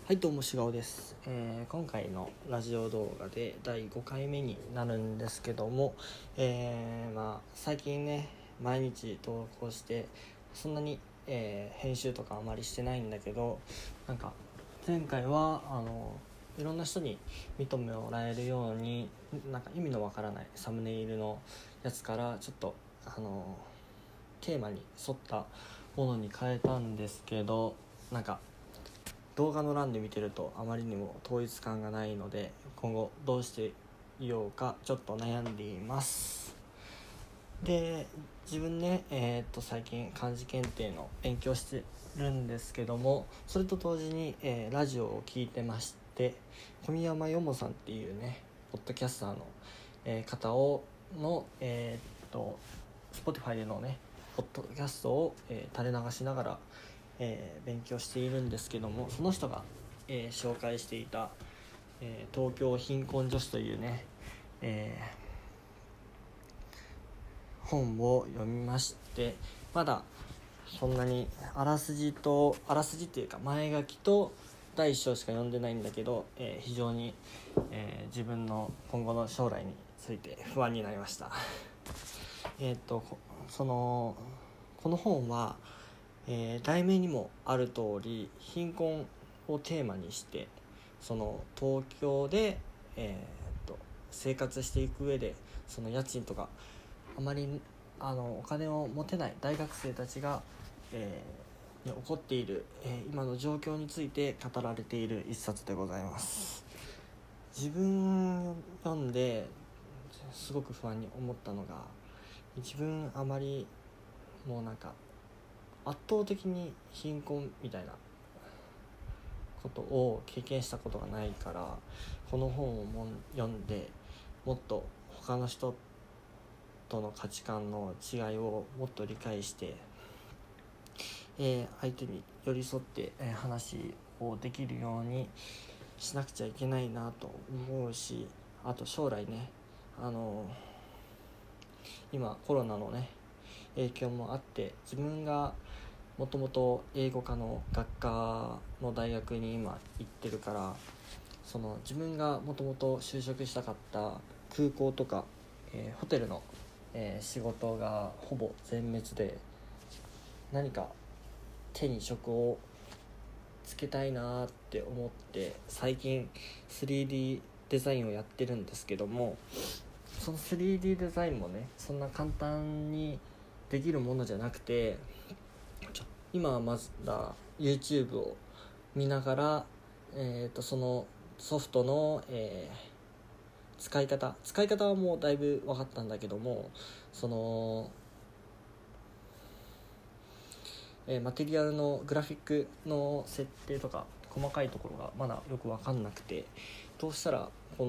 はい、どうもしがおです。今回のラジオ動画で第5回目になるんですけども、最近ね毎日投稿してそんなに、編集とかあまりしてないんだけど、なんか前回はいろんな人に認めもらえるようになんか意味のわからないサムネイルのやつからちょっとテーマに沿ったものに変えたんですけど、なんか動画の欄で見てるとあまりにも統一感がないので、今後どうしていようかちょっと悩んでいます。で、自分ね、最近漢字検定の勉強してるんですけども、それと同時に、ラジオを聞いてまして、小宮山よもさんっていうねポッドキャスターの、方のSpotify でのねポッドキャストを、垂れ流しながら勉強しているんですけども、その人が、紹介していた、東京貧困女子というね、本を読みまして、まだそんなにあらすじっていうか前書きと第一章しか読んでないんだけど、非常に、自分の今後の将来について不安になりました。この本は題名にもある通り貧困をテーマにして、その東京で、生活していく上でその家賃とかあまりお金を持てない大学生たちが、に起こっている、今の状況について語られている一冊でございます。自分読んですごく不安に思ったのが、自分あまりもうなんか圧倒的に貧困みたいなことを経験したことがないから、この本を読んでもっと他の人との価値観の違いをもっと理解して、相手に寄り添って、話をできるようにしなくちゃいけないなと思うし、あと将来ね今コロナのね影響もあって自分がもともと英語科の学科の大学に今行ってるから、その自分がもともと就職したかった空港とか、ホテルの、仕事がほぼ全滅で、何か手に職をつけたいなって思って最近 3D デザインをやってるんですけども、その 3D デザインもねそんな簡単にできるものじゃなくて、今はまずYouTube を見ながら、そのソフトの、使い方はもうだいぶ分かったんだけども、その、マテリアルのグラフィックの設定とか細かいところがまだよく分かんなくて、どうしたらこ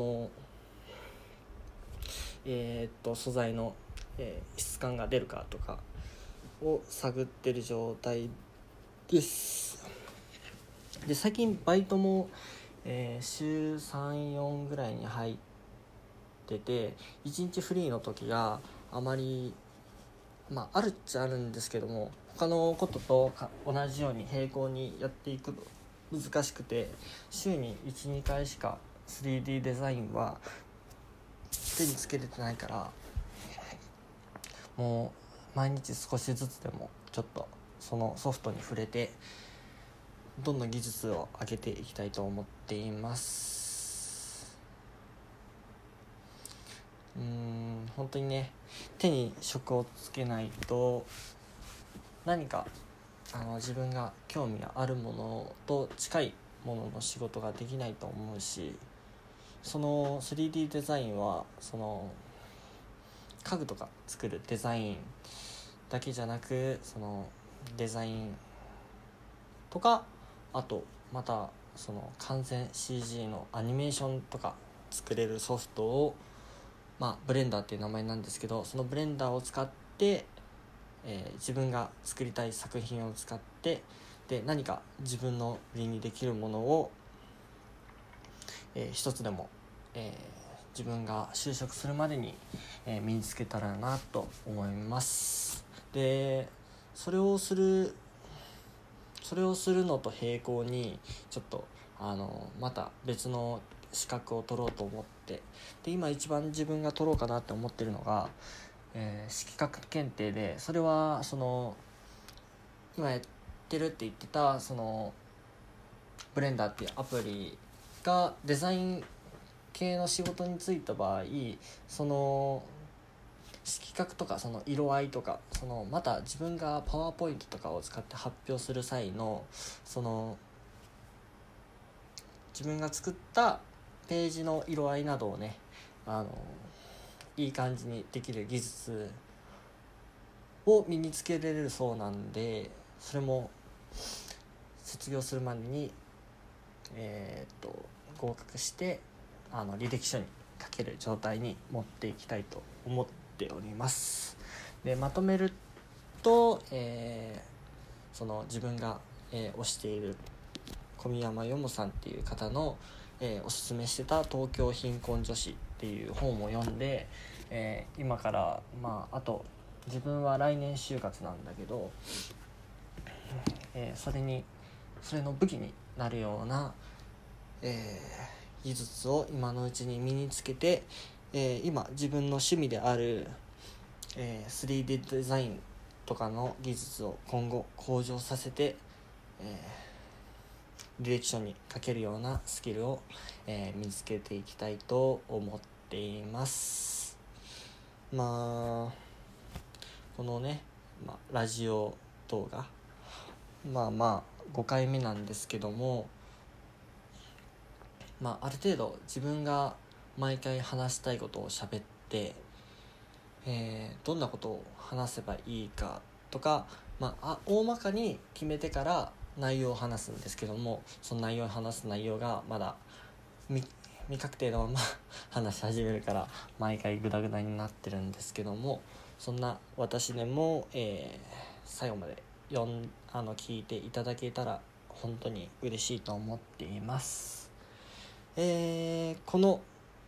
の、素材の、質感が出るかとかを探ってる状態です。で、最近バイトも、週 3,4 ぐらいに入ってて、1日フリーの時があまりあるっちゃあるんですけども、他のことと同じように並行にやっていくの難しくて、週に 1,2 回しか 3D デザインは手につけれてないから、もう毎日少しずつでもちょっとそのソフトに触れてどんどん技術を上げていきたいと思っています。本当にね手に職をつけないと何か自分が興味があるものと近いものの仕事ができないと思うし、その 3D デザインはその家具とか作るデザインだけじゃなく、そのデザインとか、あとまたその完全 CG のアニメーションとか作れるソフトを、ブレンダーっていう名前なんですけど、そのブレンダーを使って、自分が作りたい作品を使ってで何か自分の売りにできるものを、一つでも、自分が就職するまでに、身につけたらなと思います。で、それをするのと並行にちょっとまた別の資格を取ろうと思って、で今一番自分が取ろうかなって思ってるのが、資格検定で、それはその今やってるって言ってたそのブレンダーっていうアプリがデザイン系の仕事に就いた場合、その色覚とかその色合いとか、そのまた自分がパワーポイントとかを使って発表する際のその自分が作ったページの色合いなどをね、いい感じにできる技術を身につけられるそうなんで、それも卒業するまでに合格して履歴書に書ける状態に持っていきたいと思っております。でまとめると、その自分が、推している小宮山よもさんっていう方の、おすすめしてた東京貧困女子っていう本を読んで、今からあと自分は来年就活なんだけど、それの武器になるような、技術を今のうちに身につけて、今自分の趣味である、3D デザインとかの技術を今後向上させて、履歴書に書けるようなスキルを、身につけていきたいと思っています。このね、ラジオ動画5回目なんですけども、ある程度自分が毎回話したいことを喋って、どんなことを話せばいいかとか、大まかに決めてから内容を話すんですけども、その話す内容がまだ未確定のまま話し始めるから毎回グダグダになってるんですけども、そんな私でも、最後まで聞いていただけたら本当に嬉しいと思っています。この、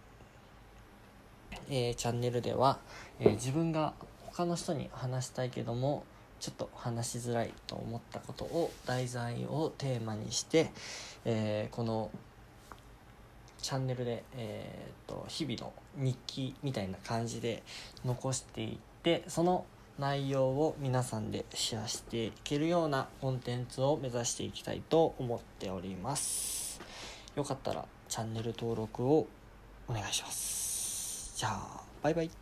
チャンネルでは、自分が他の人に話したいけどもちょっと話しづらいと思ったことを題材をテーマにして、このチャンネルで、日々の日記みたいな感じで残していって、その内容を皆さんでシェアしていけるようなコンテンツを目指していきたいと思っております。よかったらチャンネル登録をお願いします。じゃあバイバイ。